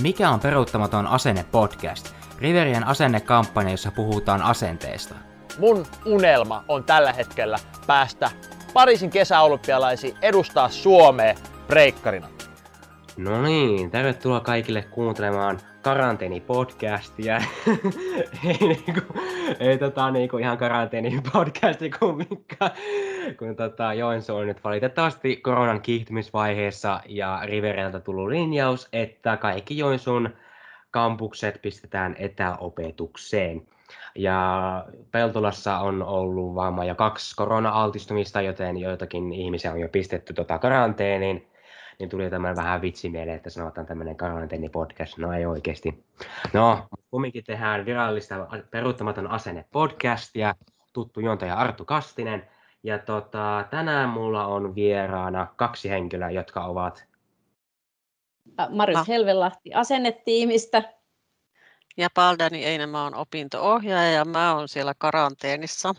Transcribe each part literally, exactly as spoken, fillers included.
Mikä on peruuttamaton asenne podcast? Riverien asennekampanja, jossa puhutaan asenteesta. Mun unelma on tällä hetkellä päästä Pariisin kesäolympialaisiin edustaa Suomea breikkarina. No niin, tervetuloa kaikille kuuntelemaan karanteenipodcastia. ei niinku, ei tota niinku ihan karanteenipodcasti kumminkaan. Kun tota Joensuu on nyt valitettavasti koronan kiihtymisvaiheessa ja Riveriltä tullut linjaus, että kaikki Joensuun kampukset pistetään etäopetukseen. Ja Peltolassa on ollut varmaan jo kaksi korona-altistumista, joten joitakin ihmisiä on jo pistetty tota karanteeniin. Niin tuli tämmöinen vähän vitsi mieleen, että sanotaan tämmöinen karanteenipodcast. No ei oikeesti. No, kumminkin tehdään virallista peruuttamaton asenne podcastia. Tuttu juontaja Arttu Kastinen. Ja tota, tänään mulla on vieraana kaksi henkilöä, jotka ovat... Marjus ah. Helvelahti asennetiimistä. Ja Paldani Einema on opinto-ohjaaja ja mä oon siellä karanteenissa.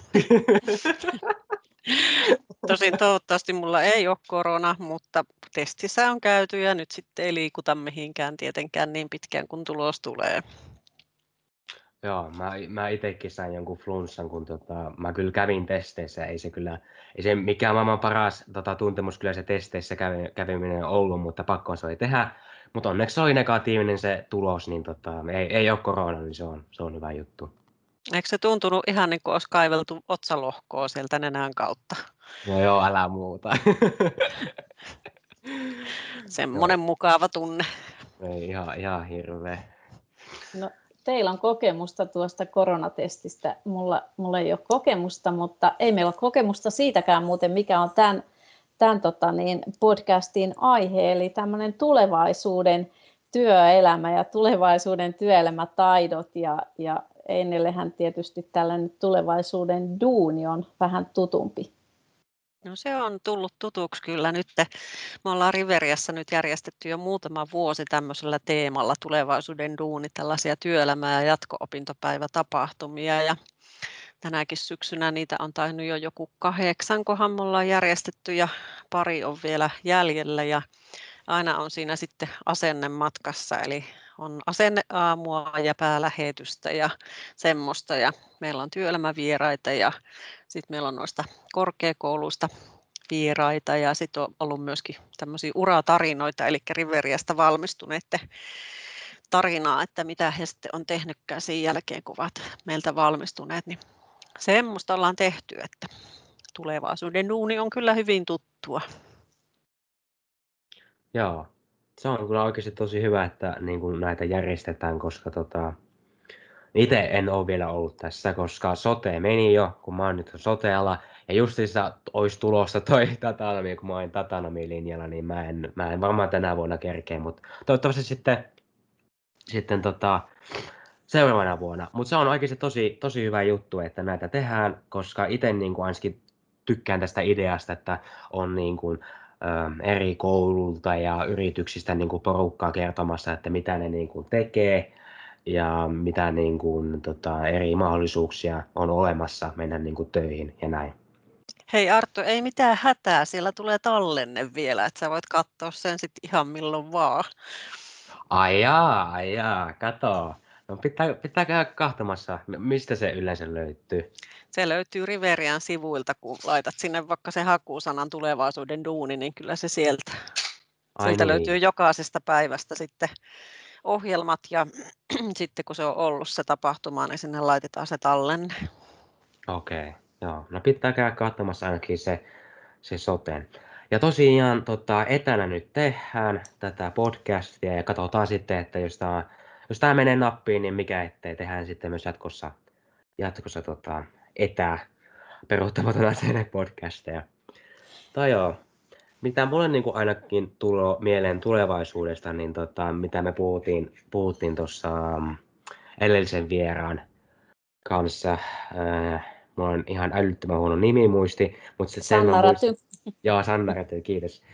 Tosin toivottavasti mulla ei ole korona, mutta testissä on käyty ja nyt sitten ei liikuta mihinkään tietenkään niin pitkään kun tulos tulee. Joo, mä, mä itsekin sain jonkun flunssan, kun tota, mä kyllä kävin testeissä. Ei se kyllä, ei se mikään maailman paras tota, tuntemus kyllä se testeissä kävi, käviminen on ollut, mutta pakko se oli tehdä. Mutta onneksi se oli negatiivinen se tulos, niin tota, ei, ei ole korona, niin se on, se on hyvä juttu. Eikö se tuntunut ihan niin kuin olisi kaiveltu otsalohkoa sieltä nenän kautta? No joo, älä muuta. Semmoinen mukava tunne. Ei, ihan, ihan hirveä. No, teillä on kokemusta tuosta koronatestistä. Mulla, mulla ei ole kokemusta, mutta ei meillä ole kokemusta siitäkään muuten, mikä on tämän, tämän tota niin, podcastin aihe, eli tämmöinen tulevaisuuden työelämä ja tulevaisuuden työelämätaidot ja, ja Einellehän tietysti tällainen tulevaisuuden duuni on vähän tutumpi. No se on tullut tutuksi kyllä nyt. Me ollaan Riveriassa nyt järjestetty jo muutama vuosi tämmöisellä teemalla tulevaisuuden duuni, tällaisia työelämä- ja jatko-opintopäivätapahtumia. Ja tänäkin syksynä niitä on tainnut jo joku kahdeksan, kohan me ollaan järjestetty ja pari on vielä jäljellä. Ja aina on siinä sitten asenne matkassa, eli on asenneaamua ja päälähetystä ja semmoista. Ja meillä on työelämävieraita ja sitten meillä on noista korkeakouluista vieraita ja sitten on ollut myöskin tämmöisiä uratarinoita, eli Riveriasta valmistuneiden tarinaa, että mitä he sitten on tehnytkään sen jälkeen, kun ovat meiltä valmistuneet. Niin semmoista ollaan tehty, että tulevaisuuden duuni on kyllä hyvin tuttua. Joo, se on kyllä oikeasti tosi hyvä, että niin kuin näitä järjestetään, koska tota, itse en ole vielä ollut tässä, koska sote meni jo, kun mä oon nyt sotealla. Ja justiinsa olisi tulossa toi Tatanomi, kun mä oon Tatanomi-linjalla, niin mä en, mä en varmaan tänä vuonna kerkeä, mutta toivottavasti sitten, sitten tota, seuraavana vuonna. Mutta se on oikeasti tosi, tosi hyvä juttu, että näitä tehdään, koska itse niin kuin ainakin tykkään tästä ideasta, että on niin kuin, eri koululta ja yrityksistä niin kuin porukkaa kertomassa, että mitä ne niin kuin tekee ja mitä niin kuin, tota, eri mahdollisuuksia on olemassa mennä niin kuin töihin ja näin. Hei Arttu, ei mitään hätää, siellä tulee tallenne vielä, että sä voit katsoa sen sitten ihan milloin vaan. Ai jaa, ai jaa, kato. No pitää, pitää käydä kahtomassa, mistä se yleensä löytyy? Se löytyy Riverian sivuilta, kun laitat sinne vaikka se hakusanan tulevaisuuden duuni, niin kyllä se sieltä. Ai Sieltä niin. löytyy jokaisesta päivästä sitten ohjelmat ja sitten kun se on ollut se tapahtuma, niin sinne laitetaan se tallenne. Okei, okay, joo. No pitää käydä katsomassa ainakin se, se soten. Ja tosiaan tota, etänä nyt tehdään tätä podcastia ja katsotaan sitten, että jos tämä, jos tämä menee nappiin, niin mikä ettei tehdään sitten myös jatkossa, jatkossa tota, etää peruuttamaton asenne podcasteja. Tai joo, mitä mulle niin kuin ainakin tulo mieleen tulevaisuudesta, niin tota, mitä me puhuttiin puhuttiin tuossa um, edellisen vieraan kanssa. Äh, mulla on ihan älyttömän huono nimimuisti, mutta se Sanna Räty. Joo, Sanna Räty, kiitos.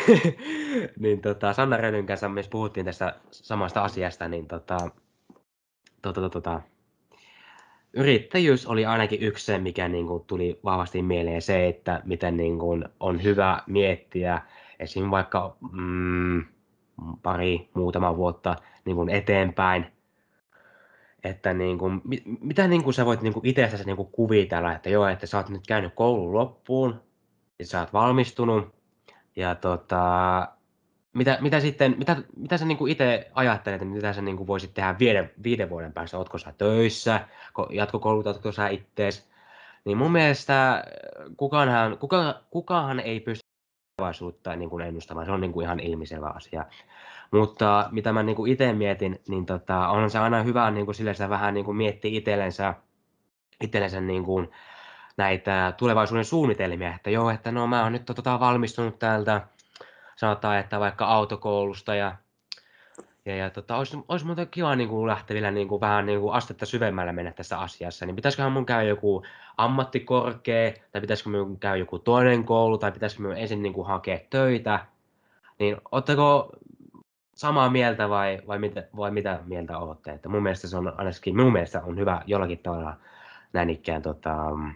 niin tota, Sanna Rätyn kanssa myös puhuttiin tästä samasta asiasta, niin tota, tota, tota, tota, yrittäjyys oli ainakin yksi se, mikä niin kuin tuli vahvasti mieleen, se, että miten niin kuin on hyvä miettiä esim. Vaikka mm, pari, muutama vuotta niin kuin eteenpäin. Että niin kuin, mit, mitä niin kuin sä voit niin kuin itsestäsi niin kuin kuvitella, että joo, että sä oot nyt käynyt koulun loppuun, ja sä oot valmistunut, ja tota, mitä, mitä sitten, mitä, mitä sä niin kuin itse ajattelet, että mitä sä niin kuin voisit tehdä viiden, viiden vuoden päästä, ootko sä töissä, jatkokoulutatko sä ittees, niin mun mielestä kukaanhan, kuka, kukaanhan ei pysty tulevaisuutta niin kuin ennustamaan, se on niin kuin ihan ilmiselvä asia. Mutta mitä mä niin kuin itse mietin, niin tota, on se aina hyvä niin kuin sille, että vähän niin kuin miettiä itsellensä, itsellensä niin kuin näitä tulevaisuuden suunnitelmia, että joo, että no mä oon nyt tota valmistunut täältä, sanotaan, että vaikka autokoulusta ja ja, ja tota, olisi, olisi muuten kiva niin kuin lähteä vielä niin kuin, vähän niin kuin astetta syvemmällä mennä tässä asiassa, niin pitäisiköhän mun käydä joku ammattikorkea, tai pitäisikö mun käydä joku toinen koulu, tai pitäisikö mun ensin niin kuin hakea töitä, niin ootteko samaa mieltä vai, vai, mitä, vai mitä mieltä olette? Että mun mielestä se on ainakin, minun mielestä on hyvä jollakin tavalla näin ikään tota,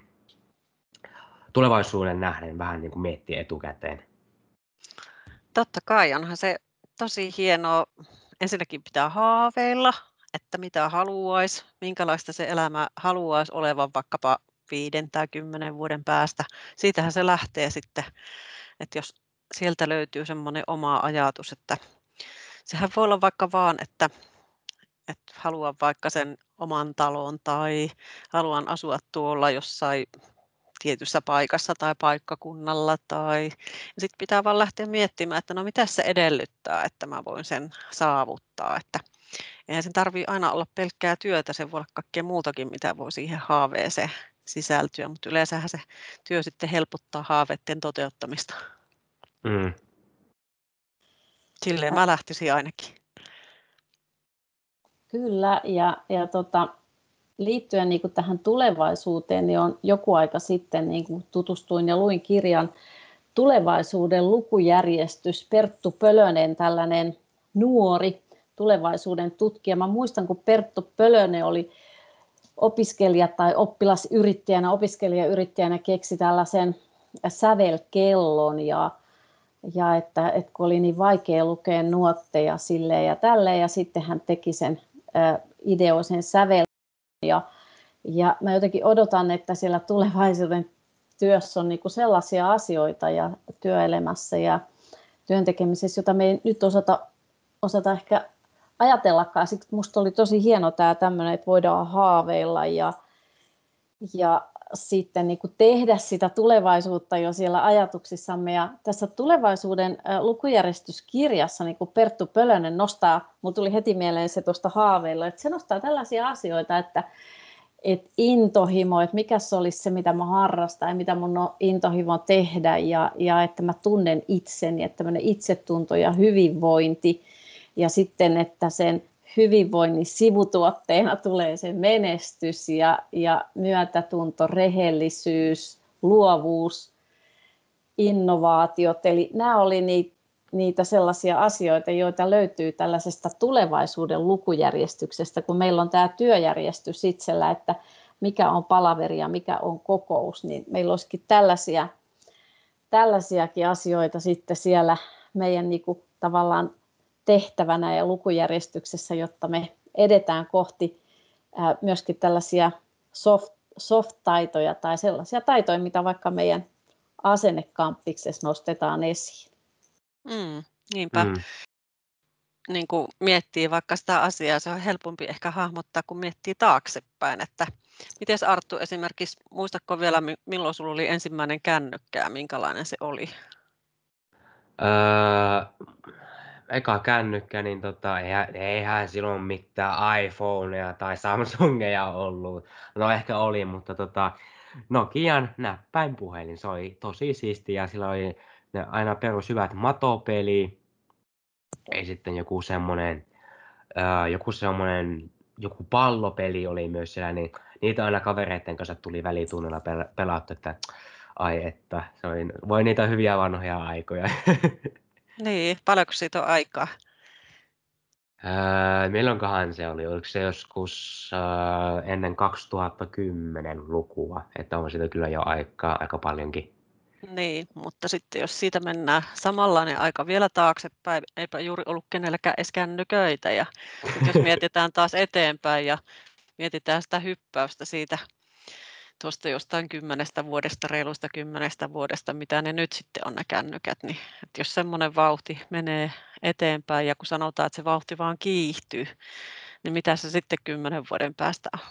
tulevaisuuden nähden vähän niin kuin miettiä etukäteen. Totta kai, onhan se tosi hienoa. Ensinnäkin pitää haaveilla, että mitä haluaisi, minkälaista se elämä haluaisi olevan vaikkapa viiden tai kymmenen vuoden päästä. Siitähän se lähtee sitten, että jos sieltä löytyy semmoinen oma ajatus, että sehän voi olla vaikka vaan, että, että haluan vaikka sen oman talon tai haluan asua tuolla jossain tietyssä paikassa tai paikkakunnalla. Tai sitten pitää vaan lähteä miettimään, että no mitä se edellyttää, että mä voin sen saavuttaa. Että eihän sen tarvitse aina olla pelkkää työtä, se voi olla kaikkea muutakin, mitä voi siihen haaveeseen sisältyä, mutta yleensähän se työ sitten helpottaa haaveiden toteuttamista. Mm. Silleen mä lähtisin ainakin. Kyllä, ja, ja tota, liittyen niin kuin tähän tulevaisuuteen, niin on joku aika sitten niin kuin tutustuin ja luin kirjan Tulevaisuuden lukujärjestys. Perttu Pölönen, tällainen nuori tulevaisuuden tutkija. Mä muistan, kun Perttu Pölönen oli opiskelija tai oppilasyrittäjänä, opiskelijayrittäjänä keksi tällaisen sävelkellon ja Ja että, että kun oli niin vaikea lukea nuotteja silleen ja tälleen, ja sitten hän teki sen äh, ideoisen sävel. Ja, ja mä jotenkin odotan, että siellä tulevaisuuden työssä on niinku sellaisia asioita ja työelämässä ja työntekemisessä, jota me ei nyt osata, osata ehkä ajatellakaan. Sitten musta oli tosi hieno tämä tämmöinen, että voidaan haaveilla ja, ja sitten niin kuin tehdä sitä tulevaisuutta jo siellä ajatuksissamme. Ja tässä tulevaisuuden lukujärjestyskirjassa niin kuin Perttu Pölönen nostaa, minulla tuli heti mieleen se tuosta haaveilla, että se nostaa tällaisia asioita, että, että intohimo, että mikä se olisi se, mitä mä harrastan ja mitä mun on intohimo tehdä ja, ja että mä tunnen itseni, että tämmöinen itsetunto ja hyvinvointi ja sitten, että sen hyvinvoinnin sivutuotteena tulee se menestys ja, ja myötätunto, rehellisyys, luovuus, innovaatiot. Eli nämä oli niitä, niitä sellaisia asioita, joita löytyy tällaisesta tulevaisuuden lukujärjestyksestä, kun meillä on tämä työjärjestys itsellä, että mikä on palaveri ja mikä on kokous, niin meillä olisikin tällaisia, tällaisiakin asioita sitten siellä meidän niin kuin tavallaan tehtävänä ja lukujärjestyksessä, jotta me edetään kohti ää, myöskin tällaisia soft, soft-taitoja tai sellaisia taitoja, mitä vaikka meidän asennekampiksessa nostetaan esiin. Mm, niinpä. Mm. Niin kuin miettii vaikka sitä asiaa, se on helpompi ehkä hahmottaa, kun miettii taaksepäin, että miten Arttu esimerkiksi, muistatko vielä, milloin sinulla oli ensimmäinen kännykkä ja minkälainen se oli? Öö, eka kännykkä, niin tota, eihän, eihän silloin mitään iPhoneja tai Samsungeja ollut. No ehkä oli, mutta tota, Nokian näppäinpuhelin, se oli tosi siistiä ja sillä oli ne aina perushyvät matopeli. Ei sitten joku semmonen, öö, joku semmonen, joku pallopeli oli myös siellä, niin niitä aina kavereiden kanssa tuli välitunnilla pelattu, että ai että, se oli, voi niitä hyviä vanhoja aikoja. Niin, paljonko siitä on aikaa? Öö, milloinkohan se oli? Oliko se joskus öö, ennen kaksituhattakymmenen lukua? Että on siitä kyllä jo aikaa aika paljonkin. Niin, mutta sitten jos siitä mennään samanlainen aika vielä taaksepäin, eipä juuri ollut kenelläkään edes kännyköitä. Ja sitten jos mietitään taas eteenpäin ja mietitään sitä hyppäystä siitä tuosta jostain kymmenestä vuodesta, reilusta kymmenestä vuodesta, mitä ne nyt sitten on ne kännykät, niin että jos semmoinen vauhti menee eteenpäin ja kun sanotaan, että se vauhti vaan kiihtyy, niin mitä se sitten kymmenen vuoden päästä on?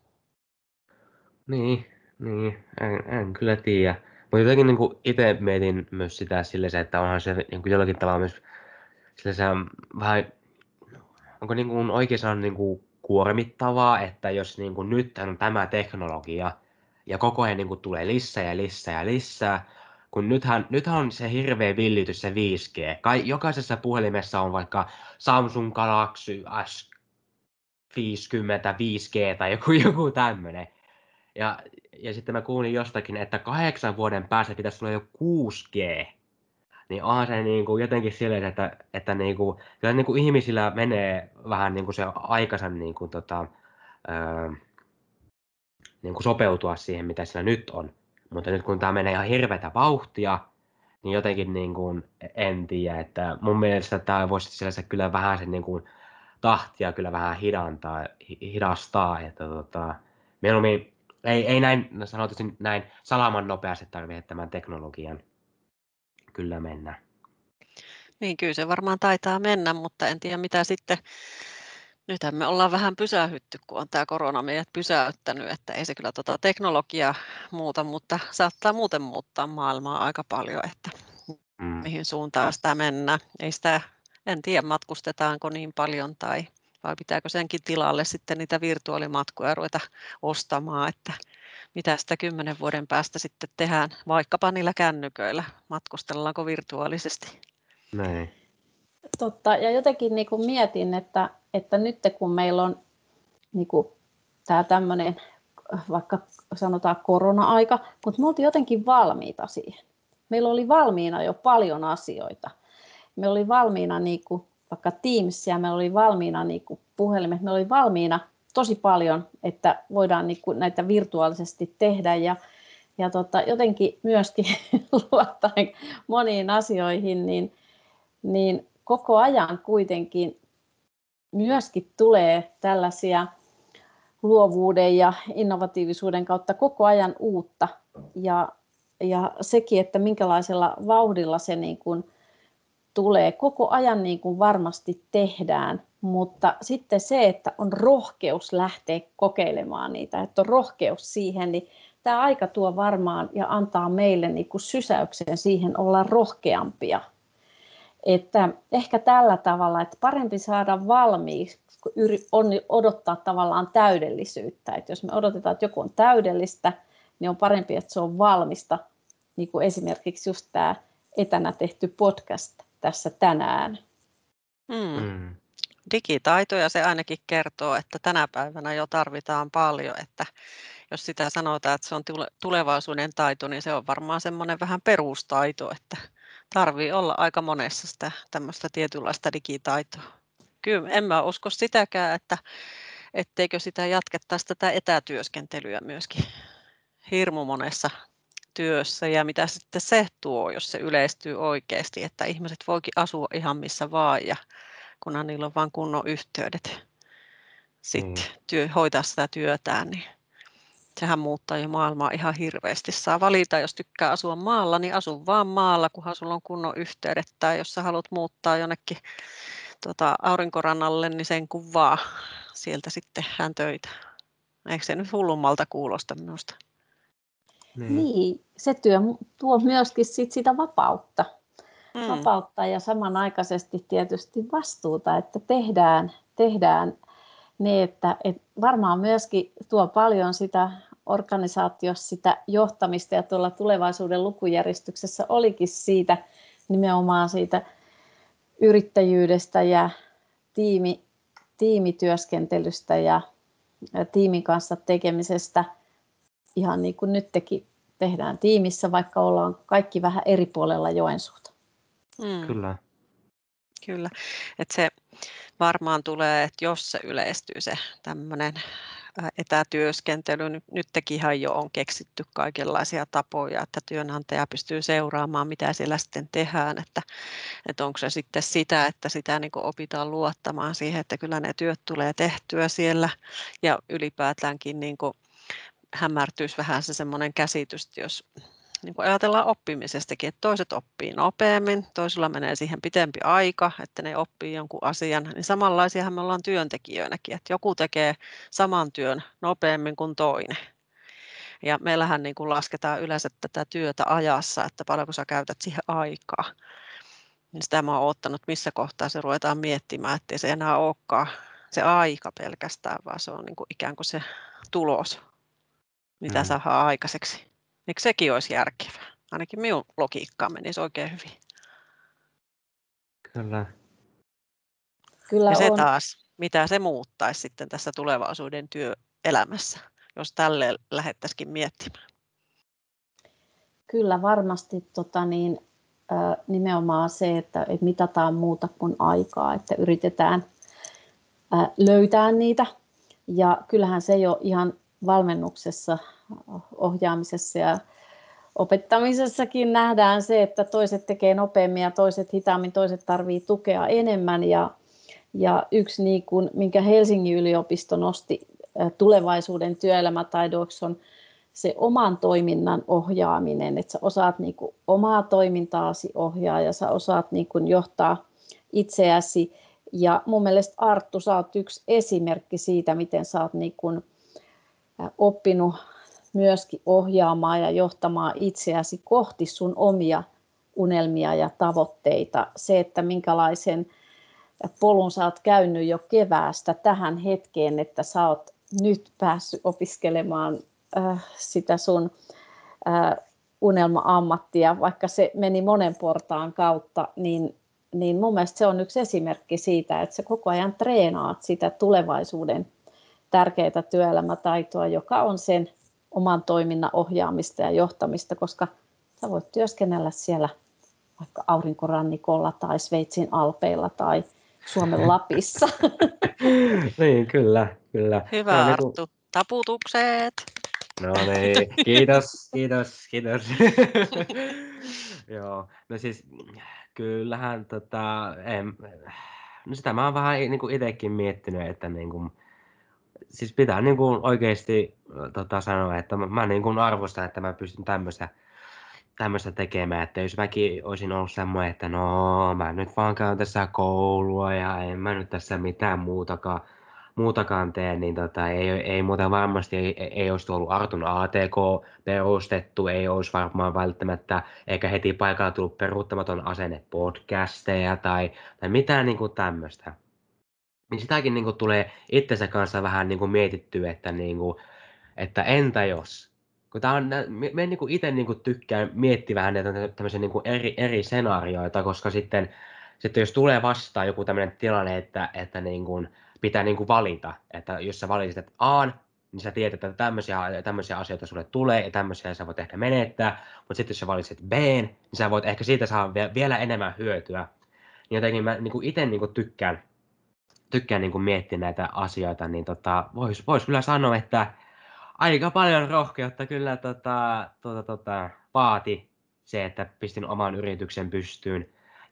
Niin, niin, en, en kyllä tiedä. Mutta jotenkin niin itse mietin myös sitä silleen, että onhan se niin kuin jollakin tavalla myös silleen vähän, onko niin kuin oikeastaan niin kuin kuormittavaa, että jos niin kuin nyt on tämä teknologia ja koko ajan niin kuin tulee lisää ja lisää ja lisää, kun nythän, nythän on se hirveä villitys se viisi G. Kai, jokaisessa puhelimessa on vaikka Samsung Galaxy S viisikymmentä viisi G tai joku, joku tämmöinen. Ja, ja sitten mä kuulin jostakin, että kahdeksan vuoden päästä pitäisi tulla jo kuusi G. Niin onhan se niin kuin jotenkin silleen, että, että niin kuin, kyllä niin kuin ihmisillä menee vähän niin kuin se aikansa niin kuin, tota, öö, niin kuin sopeutua siihen, mitä sillä nyt on. Mutta nyt kun tämä menee ihan hirveätä vauhtia, niin jotenkin niin kuin, en tiedä, että mun mielestä tämä voisi sellaisen kyllä vähän sen niin kuin, tahtia kyllä vähän hidantaa, hidastaa, että tota, mieluummin ei, ei näin, sanoisin näin salaman nopeasti tarvitse tämän teknologian kyllä mennä. Niin kyllä se varmaan taitaa mennä, mutta en tiedä mitä sitten. Nythän me ollaan vähän pysähytty, kun on tämä korona meidät pysäyttänyt, että ei se kyllä tuota teknologiaa muuta, mutta saattaa muuten muuttaa maailmaa aika paljon, että Mm. mihin suuntaan sitä mennään. Ei sitä, en tiedä matkustetaanko niin paljon tai vai pitääkö senkin tilalle sitten niitä virtuaalimatkoja ruveta ostamaan, että mitä sitä kymmenen vuoden päästä sitten tehdään, vaikkapa niillä kännyköillä, matkustellaanko virtuaalisesti. Näin. Totta, ja jotenkin niin kuin mietin, että, että nyt kun meillä on niin kuin tämä tämmöinen, vaikka sanotaan korona-aika, mutta me oltiin jotenkin valmiita siihen. Meillä oli valmiina jo paljon asioita. Me oli valmiina niin kuin, vaikka Teamsia, me oli valmiina niin kuin puhelimet, me oli valmiina tosi paljon, että voidaan niin kuin näitä virtuaalisesti tehdä ja, ja tota, jotenkin myöskin luottaen moniin asioihin, niin, niin koko ajan kuitenkin myöskin tulee tällaisia luovuuden ja innovatiivisuuden kautta koko ajan uutta. Ja, ja sekin, että minkälaisella vauhdilla se niin kuin tulee, koko ajan niin kuin varmasti tehdään, mutta sitten se, että on rohkeus lähteä kokeilemaan niitä, että on rohkeus siihen, niin tämä aika tuo varmaan ja antaa meille niin kuin sysäyksen siihen olla rohkeampia. Että ehkä tällä tavalla, että parempi saada valmiiksi, kun on odottaa tavallaan täydellisyyttä. Että jos me odotetaan, että joku on täydellistä, niin on parempi, että se on valmista. Niin kuin esimerkiksi just tämä etänä tehty podcast tässä tänään. Hmm. Mm. Digitaitoja se ainakin kertoo, että tänä päivänä jo tarvitaan paljon, että jos sitä sanotaan, että se on tulevaisuuden taito, niin se on varmaan semmoinen vähän perustaito, että tarvii olla aika monessa sitä tämmöistä tietynlaista digitaitoa. Kyllä en mä usko sitäkään, että etteikö sitä jatkettaisi tätä etätyöskentelyä myöskin hirmu monessa työssä ja mitä sitten se tuo, jos se yleistyy oikeasti, että ihmiset voikin asua ihan missä vaan ja kunhan niillä on vain kunnon yhteydet sitten Mm. työ, hoitaa sitä työtään, niin sehän muuttaa jo maailmaa ihan hirveästi. Saa valita, jos tykkää asua maalla, niin asu vaan maalla, kunhan sulla on kunnon yhteydet. Tai jos sä haluat muuttaa jonnekin tuota, aurinkorannalle, niin sen kuvaa sieltä sitten hän töitä. Eikö se nyt hullummalta kuulosta minusta? Niin. Niin, se työ tuo myöskin sit sitä vapautta. Mm. Vapautta ja samanaikaisesti tietysti vastuuta, että tehdään, tehdään ne, että, että varmaan myöskin tuo paljon sitä organisaatiossa sitä johtamista ja tuolla tulevaisuuden lukujärjestyksessä olikin siitä nimenomaan siitä yrittäjyydestä ja tiimi, tiimityöskentelystä ja, ja tiimin kanssa tekemisestä ihan niin kuin nytkin tehdään tiimissä, vaikka ollaan kaikki vähän eri puolella Joensuuta. Mm. Kyllä. Kyllä, että se varmaan tulee, että jos se yleistyy se tämmöinen ää, etätyöskentely. Nyt, nyt tekihän jo on keksitty kaikenlaisia tapoja, että työnantaja pystyy seuraamaan, mitä siellä sitten tehdään, että, että onko se sitten sitä, että sitä niin kuin opitaan luottamaan siihen, että kyllä ne työt tulee tehtyä siellä ja ylipäätäänkin niin kuin hämärtyisi vähän se semmoinen käsitys, jos niin kuin ajatellaan oppimisestakin, että toiset oppii nopeammin, toisilla menee siihen pitempi aika, että ne oppii jonkun asian, niin samanlaisiahan me ollaan työntekijöinäkin, että joku tekee saman työn nopeammin kuin toinen. Ja meillähän niin kuin lasketaan yleensä tätä työtä ajassa, että paljonko sä käytät siihen aikaa. Niin sitä mä oon odottanut, missä kohtaa se ruvetaan miettimään, ettei se enää olekaan se aika pelkästään, vaan se on niin kuin ikään kuin se tulos, mitä Mm. saadaan aikaiseksi. Eikö sekin olisi järkevää? Ainakin minun logiikkaan menisi oikein hyvin. Kyllä. Kyllä Ja se on. taas, mitä se muuttaisi sitten tässä tulevaisuuden työelämässä, jos tälle lähdettäisikin miettimään. Kyllä varmasti tota niin, ä, nimenomaan se, että et mitataan muuta kuin aikaa, että yritetään ä, löytää niitä. Ja kyllähän se jo ihan valmennuksessa, ohjaamisessa ja opettamisessakin nähdään se, että toiset tekee nopeammin ja toiset hitaammin, toiset tarvii tukea enemmän. Ja, ja yksi, niin kuin, minkä Helsingin yliopisto nosti ä, tulevaisuuden työelämätaidoiksi, on se oman toiminnan ohjaaminen, että sä osaat niin kuin omaa toimintaasi ohjaa ja sä osaat niin kuin johtaa itseäsi. Ja mun mielestä Arttu, sä oot yksi esimerkki siitä, miten sä oot niin kuin oppinut myöskin ohjaamaan ja johtamaan itseäsi kohti sun omia unelmia ja tavoitteita. Se, että minkälaisen polun sä oot käynyt jo keväästä tähän hetkeen, että sä oot nyt päässyt opiskelemaan sitä sun unelma-ammattia, vaikka se meni monen portaan kautta, niin, niin mun mielestä se on yksi esimerkki siitä, että sä koko ajan treenaat sitä tulevaisuuden tärkeää työelämätaitoa, joka on sen oman toiminnan ohjaamista ja johtamista, koska sä voit työskennellä siellä vaikka aurinkorannikolla tai Sveitsin alpeilla tai Suomen Lapissa. Niin, kyllä, kyllä. Hyvä No, niin Arttu. kuin... Taputukset. No niin, kiitos, kiitos, kiitos. Joo, no siis kyllähän tota, en, no sitä mä oon vähän niin kuin itsekin miettinyt, että niin kuin, siis pitää niin kuin oikeasti tota, sanoa, että mä, mä niin kuin arvostan, että mä pystyn tämmöistä tämmöistä tekemään, että jos mäkin olisin ollut semmoinen, että no mä nyt vaan käyn tässä koulua ja en mä nyt tässä mitään muutakaan, muutakaan tee, niin tota, ei, ei muuten varmasti ei, ei olisi ollut Artun A T K perustettu, ei olisi varmaan välttämättä, eikä heti paikalla tullut peruuttamaton asenne podcasteja tai, tai mitään niin kuin tämmöistä. Niin sitäkin niin kuin tulee itsensä kanssa vähän niin kuin mietittyä, että, niin kuin, että entä jos? Kun tää on, me niin itse niin tykkään miettiä vähän näitä tämmöisiä niin eri, eri senaarioita, koska sitten, sitten jos tulee vastaan joku tämmöinen tilanne, että, että niin kuin pitää niin kuin valita, että jos sä valitset että A, niin sä tiedät, että tämmöisiä, tämmöisiä asioita sulle tulee ja tämmöisiä sä voit ehkä menettää, mutta sitten jos sä valitset B, niin sä voit ehkä siitä saada vielä enemmän hyötyä. Niin jotenkin mä niin itse niin tykkään, tykkään niin miettiä näitä asioita, niin tota, vois, vois kyllä sanoa, että aika paljon rohkeutta kyllä tota, tota, tota, vaati se, että pistin oman yrityksen pystyyn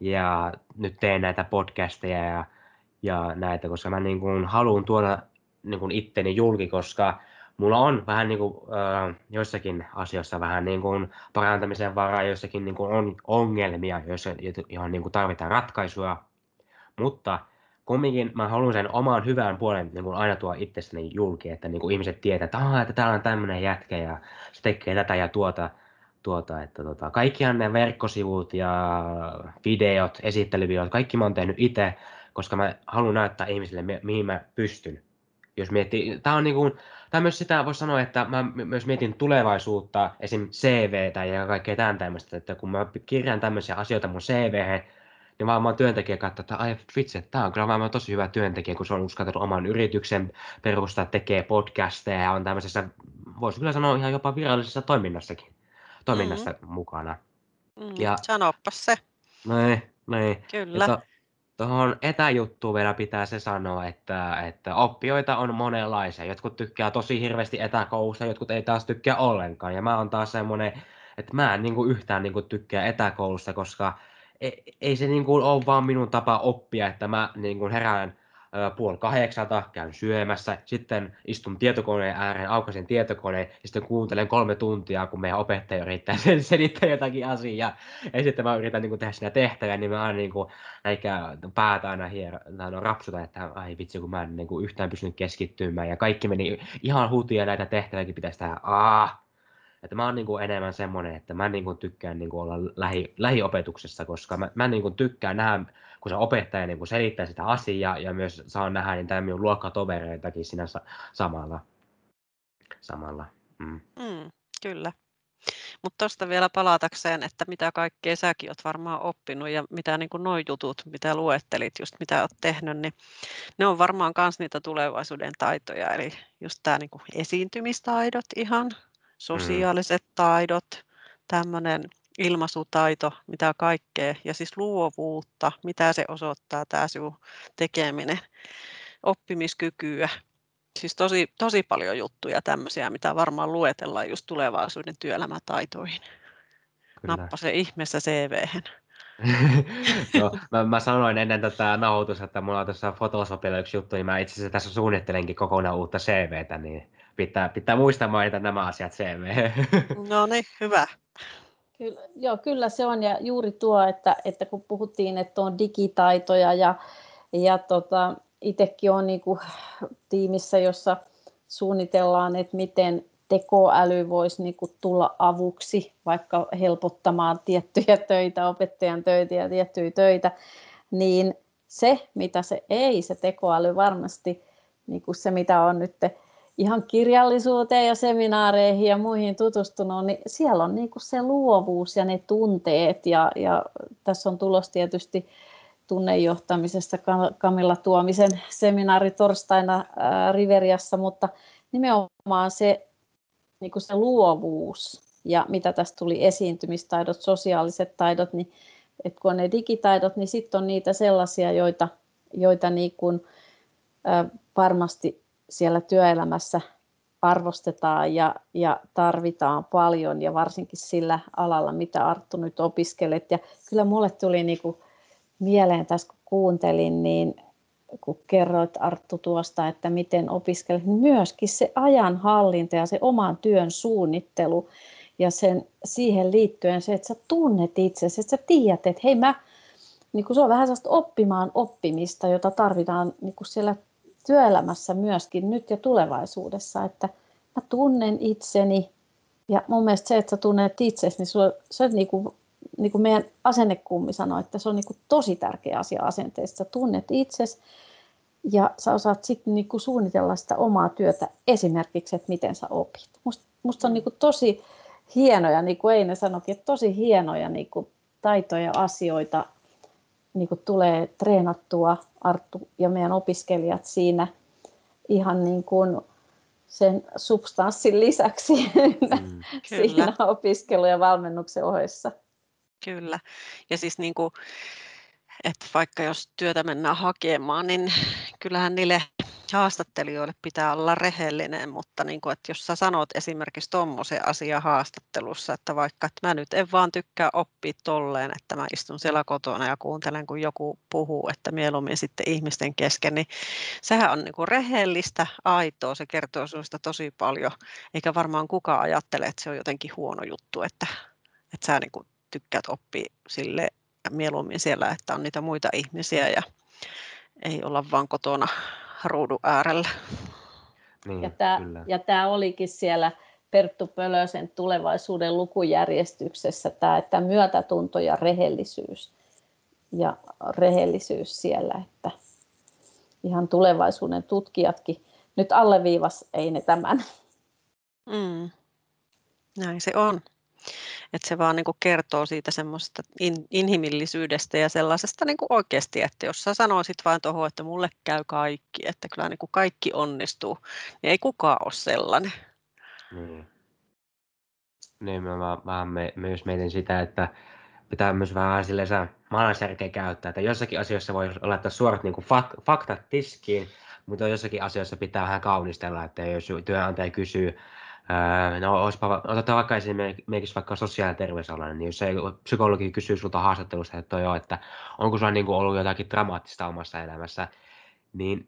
ja nyt teen näitä podcasteja ja, ja näitä, koska mä niin kuin haluan tuoda niin kuin itteni julki, koska mulla on vähän niin kuin, äh, joissakin asioissa vähän niin kuin parantamisen varaa, joissakin niin kuin on ongelmia, joissa, johon niin kuin tarvitaan ratkaisuja, mutta kumminkin mä haluan sen oman hyvän puolen niin kuin aina tuo itsestäni julki, että niin kuin ihmiset tietää, että, ah, että täällä on tämmöinen jätkä ja se tekee tätä ja tuota. tuota että tota, kaikkihan ne verkkosivut ja videot, esittelyvideot, kaikki mä oon tehnyt itse, koska mä haluan näyttää ihmisille, mi- mihin mä pystyn. Jos miettii, tää on niin kuin, tää myös sitä voisi sanoa, että mä myös mietin tulevaisuutta, esim. C V:tä ja kaikkea tämän tämmöistä, että kun mä kirjaan tämmöisiä asioita mun C V:hen, niin varmaan työntekijä katsoo, että ai vitsi, että tämä on kyllä varmaan tosi hyvä työntekijä, kun se on uskaltanut oman yrityksen perustaa, tekee podcasteja ja on tämmöisessä, voisi kyllä sanoa ihan jopa virallisessa toiminnassakin, toiminnassa mm. mukana. Mm, Ja, sanoppas se. näin, näin. Kyllä. To, tuohon etäjuttuun vielä pitää se sanoa, että, että oppijoita on monenlaisia. Jotkut tykkää tosi hirveästi etäkoulusta, jotkut ei taas tykkää ollenkaan. Ja mä oon taas semmonen, että mä en niinku yhtään niinku tykkää etäkoulusta, koska ei, ei se niinku ole vaan minun tapa oppia, että mä niinku herään ö, puoli kahdeksalta, käyn syömässä, sitten istun tietokoneen ääreen, aukaisen tietokoneen ja sitten kuuntelen kolme tuntia, kun meidän opettaja yrittää sen selittää jotakin asiaa. Ja sitten mä yritän niinku tehdä siinä tehtävää, niin mä aina niinku eikä päätä aina hiero, no, rapsuta, että ai vitsi, kun mä en niin kuin yhtään pystynyt keskittymään ja kaikki meni ihan hutia, näitä tehtäviäkin pitäisi tehdä. Aah! Että mä oon niin kuin enemmän semmoinen, että mä niin kuin tykkään niin kuin olla lähi, lähiopetuksessa, koska mä, mä niin kuin tykkään nähdä, kun se opettaja niin kuin selittää sitä asiaa ja myös saan nähdä niitä minun luokkatovereitakin siinä sa- samalla. samalla. Mm. Mm, kyllä. Mutta tuosta vielä palatakseen, että mitä kaikkea säkin olet varmaan oppinut ja mitä niin kuin nuo jutut, mitä luettelit, just mitä olet tehnyt, niin ne on varmaan myös niitä tulevaisuuden taitoja. Eli just tämä niin kuin esiintymistaidot ihan, sosiaaliset taidot, tämmöinen ilmaisutaito, mitä kaikkea, ja siis luovuutta, mitä se osoittaa tämä sinun tekeminen, oppimiskykyä. Siis tosi, tosi paljon juttuja tämmöisiä, mitä varmaan luetellaan just tulevaisuuden työelämätaitoihin. Kyllä. Nappa se ihmeessä C V:hen. No, mä, mä sanoin ennen tätä nauhoitusta, että mulla on tuossa Photoshopilla yksi juttu, niin mä itse asiassa tässä suunnittelenkin kokonaan uutta C V:tä, niin pitää, pitää muistaa mainita nämä asiat C V. No niin, hyvä. Kyllä, joo, kyllä se on, ja juuri tuo, että, että kun puhuttiin, että on digitaitoja, ja, ja tota, itsekin olen niin kuin tiimissä, jossa suunnitellaan, että miten tekoäly voisi niin kuin tulla avuksi, vaikka helpottamaan tiettyjä töitä, opettajan töitä ja tiettyjä töitä, niin se, mitä se ei, se tekoäly varmasti, niin kuin se, mitä on nyt ihan kirjallisuuteen ja seminaareihin ja muihin tutustunut, niin siellä on niin kuin se luovuus ja ne tunteet, ja, ja tässä on tulos tietysti tunnejohtamisesta Camilla Tuomisen seminaari torstaina ää, Riveriassa, mutta nimenomaan se, niin kuin se luovuus ja mitä tästä tuli, esiintymistaidot, sosiaaliset taidot, niin että kun on ne digitaidot, niin sitten on niitä sellaisia, joita, joita niin kuin, ää, varmasti siellä työelämässä arvostetaan ja, ja tarvitaan paljon, ja varsinkin sillä alalla, mitä Arttu nyt opiskelet. Ja kyllä mulle tuli niin kuin mieleen tässä, kun kuuntelin, niin kun kerroit, Arttu, tuosta, että miten opiskelet, niin myöskin se ajanhallinta ja se oman työn suunnittelu ja sen, siihen liittyen se, että sä tunnet itsesi, että sä tiedät, että hei mä, niin kun se on vähän sellaista oppimaan oppimista, jota tarvitaan niin kun siellä työelämässä myöskin nyt ja tulevaisuudessa, että mä tunnen itseni, ja mun mielestä se, että sä tunnet itsesi, niin sulla, se on niin kuin, niin kuin meidän asennekummi sanoi, että se on niin kuin tosi tärkeä asia asenteesta. Sä tunnet itsesi ja sä osaat sitten niin kuin suunnitella sitä omaa työtä, esimerkiksi, että miten sä opit. Musta, musta on niin kuin tosi hienoja, niin kuin Eine sanoikin, että tosi hienoja niin kuin taitoja ja asioita niin kuin tulee treenattua, Arttu ja meidän opiskelijat siinä ihan niin kuin sen substanssin lisäksi mm, siinä opiskelu- ja valmennuksen ohessa. Kyllä. Ja siis niin kuin, että vaikka jos työtä mennään hakemaan, niin kyllähän niille haastattelijoille pitää olla rehellinen, mutta niin kuin, että jos sä sanot esimerkiksi tommoisen asian haastattelussa, että vaikka että mä nyt en vaan tykkää oppia tolleen, että mä istun siellä kotona ja kuuntelen, kun joku puhuu, että mieluummin sitten ihmisten kesken, niin sehän on niin kuin rehellistä, aitoa, se kertoo sinusta tosi paljon, eikä varmaan kukaan ajattele, että se on jotenkin huono juttu, että, että sä niin kuin tykkäät oppia sille mieluummin siellä, että on niitä muita ihmisiä ja ei olla vaan kotona ruudun äärellä. Niin, ja, tämä, ja tämä olikin siellä Perttu Pölösen tulevaisuuden lukujärjestyksessä, tämä, että myötätunto ja rehellisyys. Ja rehellisyys siellä, että ihan tulevaisuuden tutkijatkin nyt alleviivas, ei ne tämän. Mm. Näin se on. Että se vaan niinku kertoo siitä semmoisesta in, inhimillisyydestä ja sellaisesta niinku oikeasti, että jos sä sanoisit vain tuohon, että mulle käy kaikki, että kyllä niinku kaikki onnistuu, niin ei kukaan ole sellainen. Niin. Niin, mä, mä, mä me, myös mietin sitä, että pitää myös vähän silleen maalaisjärkeä käyttää, että jossakin asioissa voi laittaa suorat niin kuin fak- faktat tiskiin, mutta jossakin asioissa pitää vähän kaunistella, että jos työnantaja kysyy, ää, no olisipa, otetaan vaikka esimerkiksi vaikka sosiaali- ja terveysalainen, niin jos se psykologi kysyy sulta haastattelusta, että, joo, että onko sulla niin kuin ollut jotakin dramaattista omassa elämässä, niin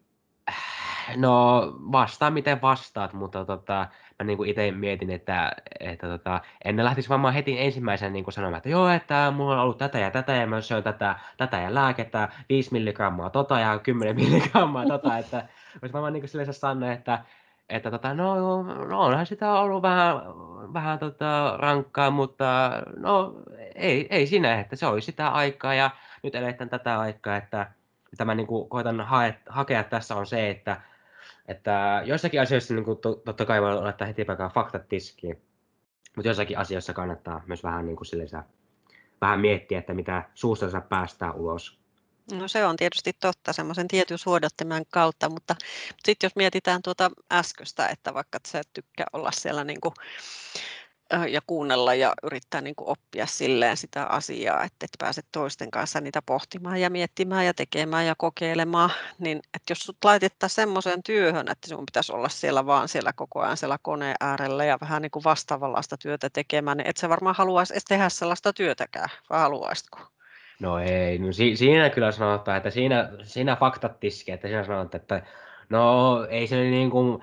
no vastaa miten vastaat, mutta tota, mä niin itse mietin, että, että tota, en lähtisi varmaan heti ensimmäisen niin sanomaan, että joo, että mulla on ollut tätä ja tätä ja mä syön tätä, tätä ja lääkettä, viisi milligrammaa tota ja kymmenen milligrammaa tota, että olisi varmaan niin silleen sanoa, että, että tota, no, no onhan sitä ollut vähän, vähän tota, rankkaa, mutta no ei, ei siinä, että se oli sitä aikaa ja nyt eletään tätä aikaa, että mitä mä niin kuin koitan hae, hakea tässä on se, että, että joissakin asioissa niin kuin, to, totta kai voi laittaa heti vaikka faktat tiskiin, mutta joissakin asioissa kannattaa myös vähän, niin kuin silleen, vähän miettiä, että mitä suustansa päästää ulos. No se on tietysti totta semmoisen tietyn suodattimen kautta, mutta, mutta sitten jos mietitään tuota äskeistä, että vaikka sä et tykkää olla siellä niin kuin, ja kuunnella ja yrittää niin kuin oppia silleen sitä asiaa, että et pääset toisten kanssa niitä pohtimaan ja miettimään ja tekemään ja kokeilemaan, niin että jos sut laitettaisiin semmoiseen työhön, että sinun pitäisi olla siellä vaan siellä koko ajan siellä koneen äärellä ja vähän niin kuin vastaavanlaista työtä tekemään, niin et sä varmaan haluaisi edes tehdä sellaista työtäkään, vai haluaisitko? No ei, no si- siinä kyllä sanotaan, että siinä, siinä faktat tiski, että siinä sanotaan, että no ei se niin kuin,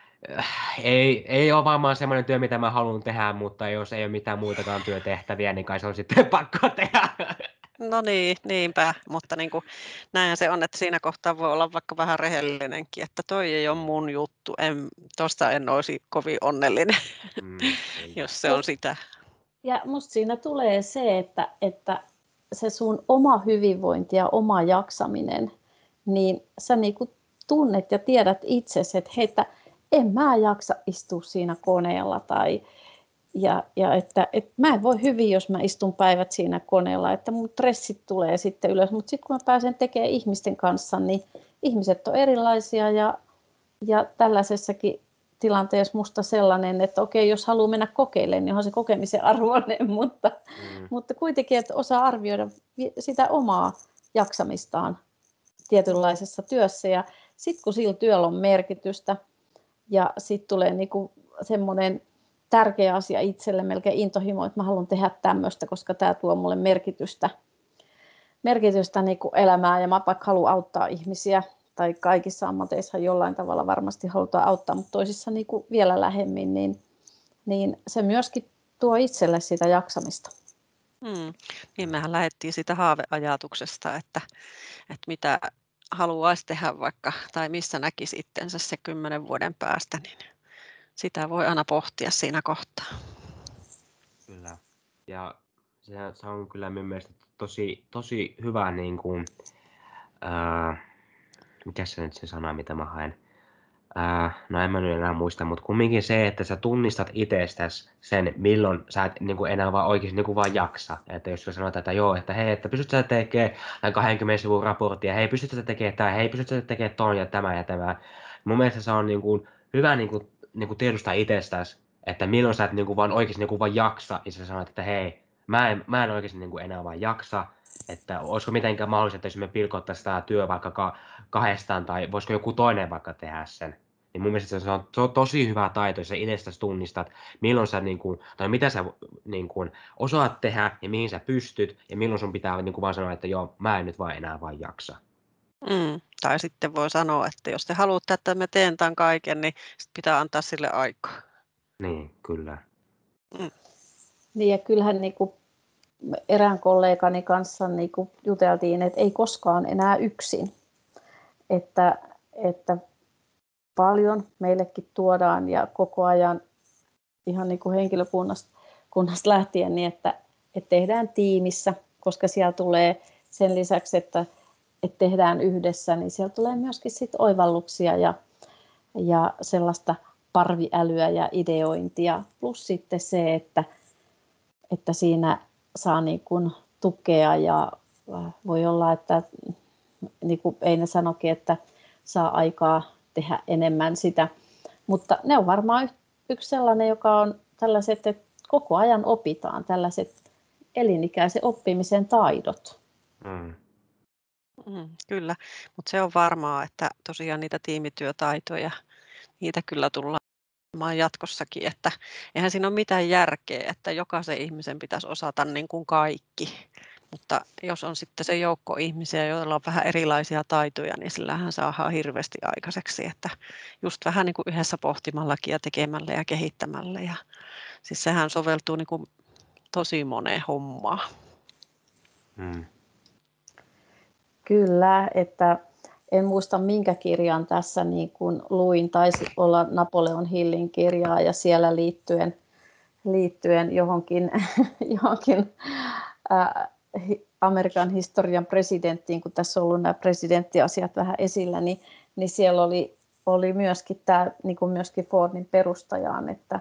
ei, ei ole varmaan semmoinen työ, mitä mä haluan tehdä, mutta jos ei ole mitään muitakaan työtehtäviä, niin kai se on sitten pakko tehdä. No niin, niinpä, mutta niin kuin, näinhän se on, että siinä kohtaa voi olla vaikka vähän rehellinenkin, että toi ei ole mun juttu, en, tosta en olisi kovin onnellinen, Mm, jos se on sitä. Ja musta siinä tulee se, että, että se sun oma hyvinvointi ja oma jaksaminen, niin sä niinku tunnet ja tiedät itsesi, että hei, että en mä jaksa istua siinä koneella tai ja, ja että, että mä en voi hyvin, jos mä istun päivät siinä koneella, että mun stressit tulee sitten ylös, mutta sitten kun mä pääsen tekemään ihmisten kanssa, niin ihmiset on erilaisia ja, ja tällaisessakin tilanteessa musta sellainen, että okei, jos haluaa mennä kokeilemaan, niin onhan se kokemisen arvoinen, mutta, mm. mutta kuitenkin, että osaa arvioida sitä omaa jaksamistaan tietynlaisessa työssä ja sitten kun sillä työllä on merkitystä ja sitten tulee niinku semmoinen tärkeä asia itselle, melkein intohimo, että mä haluan tehdä tämmöistä, koska tämä tuo mulle merkitystä, merkitystä niin kuin elämään ja mä vaikka haluan auttaa ihmisiä tai kaikissa ammateissa jollain tavalla varmasti halutaan auttaa, mutta toisissa niin kuin vielä lähemmin, niin, niin se myöskin tuo itselle sitä jaksamista. Hmm. Niin mehän lähdettiin sitä haaveajatuksesta, että, että mitä haluaisi tehdä vaikka tai missä näkisi itsensä se kymmenen vuoden päästä, niin sitä voi aina pohtia siinä kohtaa. Kyllä. Ja se, se on kyllä minun mielestä tosi, tosi hyvä, niin kuin, ää, mikä se nyt se sana, mitä mä haen? Ää, no en mä nyt enää muista, mutta kumminkin se, että sä tunnistat itsestäsi sen, milloin sä et niin kuin enää vaan oikeasti niin kuin vaan jaksa. Että jos sä sanot, että joo, että hei, että pystyt sä tekemään kaksikymmentä sivun raporttia, hei, pystyt sä tekemään tämä, hei, pystyt sä tekemään ton ja tämä ja tämä. Mun mielestä se on niin kuin hyvä niin kuin, niin kuin tiedostaa itsestäsi, että milloin sä et niin kuin vaan oikeasti niin kuin vaan jaksa, ja sä sanot, että hei, mä en, mä en oikeasti niin kuin enää vaan jaksa, että olisiko mitenkään mahdollista, että jos me pilkottaisiin tämä työ vaikka ka- kahdestaan, tai voisiko joku toinen vaikka tehdä sen. Niin mun mielestä se on, se on tosi hyvä taito, jos sä itsestäsi tunnistat, milloin sä, niin kuin, tai mitä sä niin kuin, osaat tehdä ja mihin sä pystyt, ja milloin sun pitää niin kuin, vaan sanoa, että joo, mä en nyt vaan enää vaan jaksa. Mm. Tai sitten voi sanoa, että jos te haluatte, että mä teen tämän kaiken, niin sit pitää antaa sille aikaa. Niin, kyllä. Mm. Niin ja kyllähän niin kuin erään kollegani kanssa niin kuin juteltiin, että ei koskaan enää yksin. Että, että paljon meillekin tuodaan ja koko ajan ihan niin kuin henkilökunnasta kunnasta lähtien, niin että, että tehdään tiimissä, koska siellä tulee sen lisäksi, että, että tehdään yhdessä, niin siellä tulee myöskin sit oivalluksia ja, ja sellaista parviälyä ja ideointia, plus sitten se, että, että siinä saa niin kuin tukea ja voi olla, että niin kuin Eine sanoikin, että saa aikaa tehdä enemmän sitä, mutta ne on varmaan yksi sellainen, joka on tällaiset, että koko ajan opitaan tällaiset elinikäisen oppimisen taidot. Mm. Mm, kyllä, mutta se on varmaa, että tosiaan niitä tiimityötaitoja, niitä kyllä tullaan jatkossakin, että eihän siinä ole mitään järkeä, että jokaisen ihmisen pitäisi osata niin kuin kaikki, mutta jos on sitten se joukko ihmisiä, joilla on vähän erilaisia taitoja, niin sillähän saadaan hirveästi aikaiseksi, että just vähän niin kuin yhdessä pohtimallakin ja tekemällä ja kehittämällä, ja siis sehän soveltuu niin kuin tosi moneen hommaan. Mm. Kyllä, että en muista minkä kirjan tässä niin kuin luin, taisi olla Napoleon Hillin kirjaa ja siellä liittyen, liittyen johonkin, johonkin ää, Amerikan historian presidenttiin, kun tässä on ollut nämä presidenttiasiat vähän esillä, niin, niin siellä oli, oli myöskin tämä, niin kuin myöskin Fordin perustajaan, että,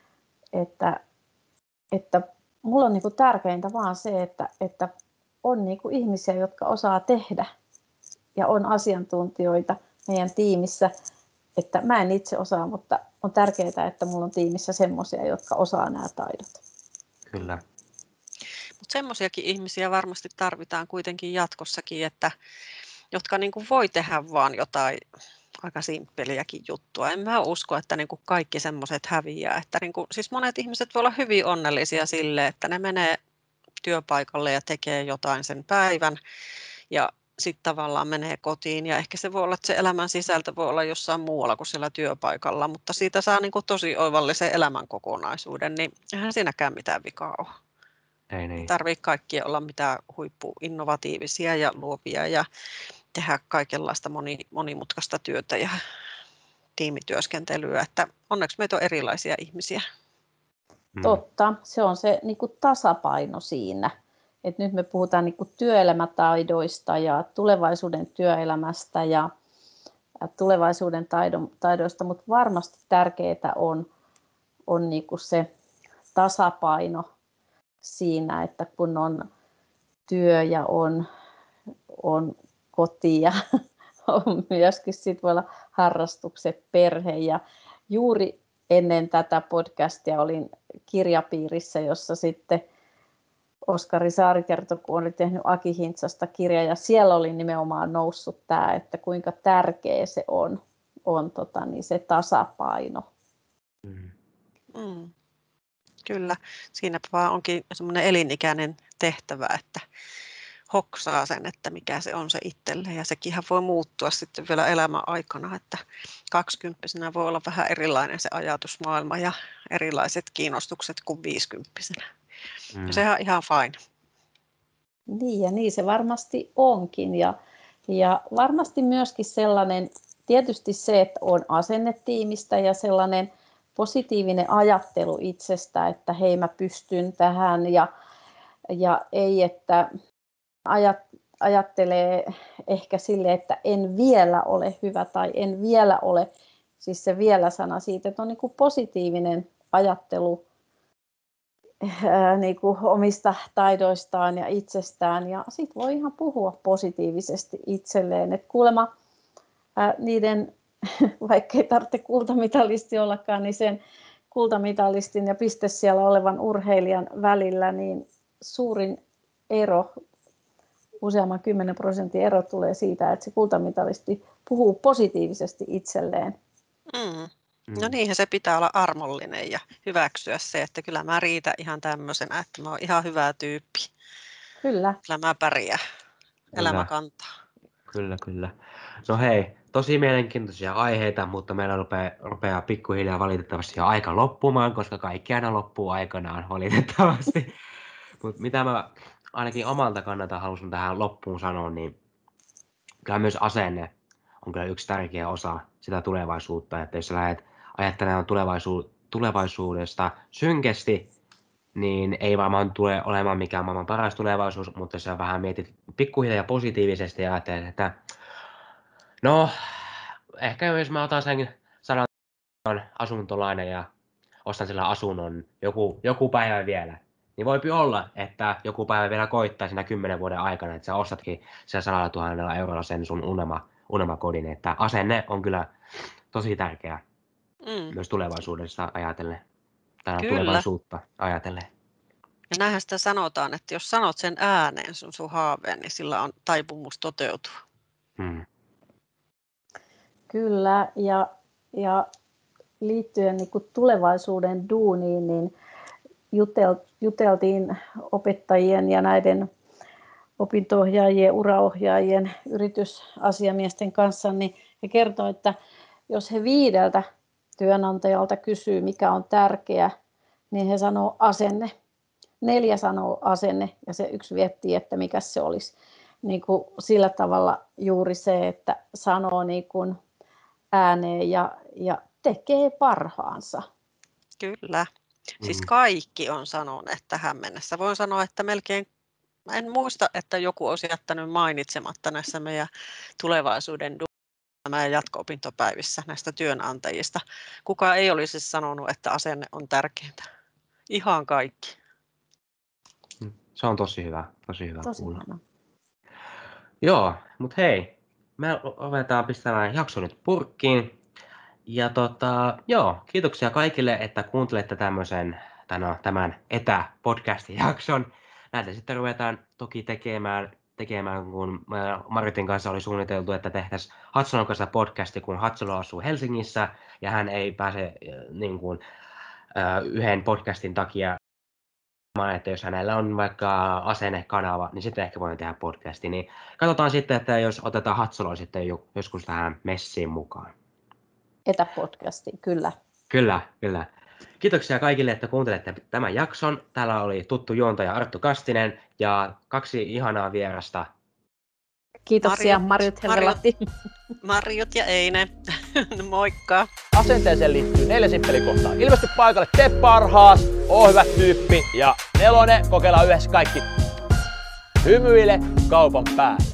että, että mulla on niin kuin tärkeintä vaan se, että, että on niin kuin ihmisiä, jotka osaa tehdä ja on asiantuntijoita meidän tiimissä, että mä en itse osaa, mutta on tärkeää, että mulla on tiimissä semmoisia, jotka osaa nämä taidot. Kyllä. Mutta semmoisiakin ihmisiä varmasti tarvitaan kuitenkin jatkossakin, että, jotka niin kuin voi tehdä vaan jotain aika simppeliäkin juttua. En mä usko, että niin kuin kaikki semmoiset häviää. Että niin kuin, siis monet ihmiset voi olla hyvin onnellisia sille, että ne menee työpaikalle ja tekee jotain sen päivän ja sitten tavallaan menee kotiin. Ja ehkä se voi olla, että se elämän sisältö voi olla jossain muualla kuin siellä työpaikalla, mutta siitä saa niin kuin tosi oivallisen elämän kokonaisuuden, niin eihän siinäkään mitään vikaa ole. Ei niin. Ei tarvitse kaikkien olla mitään huippuinnovatiivisia ja luovia ja tehdä kaikenlaista moni, monimutkaista työtä ja tiimityöskentelyä, että onneksi meitä on erilaisia ihmisiä. Mm. Totta, se on se niin kuin tasapaino siinä. Et nyt me puhutaan niin kuin työelämätaidoista ja tulevaisuuden työelämästä ja tulevaisuuden taidon, taidoista, mutta varmasti tärkeää on, on niin kuin se tasapaino siinä, että kun on työ ja on, on koti ja on myöskin sit voi olla harrastukset, perhe. Ja juuri ennen tätä podcastia olin kirjapiirissä, jossa sitten Oskari Saari kertoi, kun oli tehnyt Aki Hintsasta kirja, ja siellä oli nimenomaan noussut tämä, että kuinka tärkeä se on, on tota, niin se tasapaino. Mm. Mm. Kyllä, siinä vaan onkin semmoinen elinikäinen tehtävä, että hoksaa sen, että mikä se on se itselle. Ja sekinhän voi muuttua sitten vielä elämän aikana, että kaksikymppisenä voi olla vähän erilainen se ajatusmaailma ja erilaiset kiinnostukset kuin viisikymppisenä. Mm. Ja sehän on ihan fine. Niin ja niin se varmasti onkin. Ja, ja varmasti myöskin sellainen, tietysti se, että on asennetiimistä ja sellainen positiivinen ajattelu itsestä, että hei mä pystyn tähän ja, ja ei, että ajat, ajattelee ehkä sille, että en vielä ole hyvä tai en vielä ole, siis se vielä sana siitä, että on niin kuin positiivinen ajattelu ää, niin kuin omista taidoistaan ja itsestään ja sitten voi ihan puhua positiivisesti itselleen, että kuulemma ää, niiden, vaikka ei tarvitse kultamitalisti ollakaan, niin sen kultamitalistin ja piste siellä olevan urheilijan välillä, niin suurin ero, useamman kymmenen prosentin ero tulee siitä, että se kultamitalisti puhuu positiivisesti itselleen. Mm. Mm. No niinhän se pitää olla armollinen ja hyväksyä se, että kyllä mä riitän ihan tämmöisenä, että mä oon ihan hyvä tyyppi. Kyllä. Kyllä mä pärjään. Elämä kantaa. Kyllä, kyllä. No hei, tosi mielenkiintoisia aiheita, mutta meillä rupeaa, rupeaa pikkuhiljaa valitettavasti jo aika loppumaan, koska kaikki aina loppuu aikanaan valitettavasti. Mutta mitä mä ainakin omalta kannalta halusin tähän loppuun sanoa, niin kyllä myös asenne on kyllä yksi tärkeä osa sitä tulevaisuutta, että jos sä lähdet ajattelemaan tulevaisuud- tulevaisuudesta synkesti, niin ei varmaan tule olemaan mikään maailman paras tulevaisuus, mutta jos sä vähän mietit pikkuhiljaa positiivisesti ja ajattelet, että no, ehkä jos mä otan sen sadan asuntolainan ja ostan sillä asunnon joku, joku päivä vielä, niin voipi olla, että joku päivä vielä koittaa siinä kymmenen vuoden aikana, että sä ostatkin sillä sadalla tuhannella eurolla sen sun unelma, unelmakodin, että asenne on kyllä tosi tärkeä Mm. myös tulevaisuudessa ajatellen, tai Kyllä. tulevaisuutta ajatellen. Ja näinhän sitä sanotaan, että jos sanot sen ääneen sun, sun haaveen, niin sillä on taipumus toteutua. Hmm. Kyllä, ja, ja liittyen niin kuin tulevaisuuden duuniin, niin jutel, juteltiin opettajien ja näiden opinto-ohjaajien, uraohjaajien, yritysasiamiesten kanssa, niin he kertovat, että jos he viideltä työnantajalta kysyy, mikä on tärkeä, niin he sanoo asenne. Neljä sanoo asenne ja se yksi viettii, että mikä se olisi. Niin kuin sillä tavalla juuri se, että sanoo niin kuin ääneen ja, ja tekee parhaansa. Kyllä. Siis kaikki on sanoneet tähän mennessä. Voin sanoa, että melkein, en muista, että joku olisi jättänyt mainitsematta näissä meidän tulevaisuuden meidän jatko-opintopäivissä näistä työnantajista. Kukaan ei olisi sanonut, että asenne on tärkeintä. Ihan kaikki. Se on tosi hyvä, tosi hyvä Tosi kuulla. hyvä. Joo, mutta hei, me ovetaan pistämään jakso nyt purkkiin. Ja tota, joo, kiitoksia kaikille, että kuuntelette tämmöisen, tämän, tämän etäpodcastin jakson. Näitä sitten ruvetaan toki tekemään, tekemään kun Maritin kanssa oli suunniteltu, että tehtäisiin Hatsalon kanssa podcasti, kun Hatsalo asuu Helsingissä ja hän ei pääse niin kuin, yhden podcastin takia, että jos hänellä on vaikka asennekanava, niin sitten ehkä voidaan tehdä podcasti. Niin katsotaan sitten, että jos otetaan Hatsaloa sitten joskus tähän messiin mukaan. Etäpodcasti, kyllä. Kyllä, kyllä. Kiitoksia kaikille, että kuuntelette tämän jakson. Täällä oli tuttu juontaja Arttu Kastinen ja kaksi ihanaa vierasta. Kiitoksia Marjut, Marjut Helvelahti. Marjut ja Eine. Moikka. Asenteeseen liittyy neljä simppelikohtaa. Ilmesty paikalle, tee parhaas, oo hyvä tyyppi. Ja nelonen, kokeillaan yhdessä kaikki. Hymyile kaupan päälle.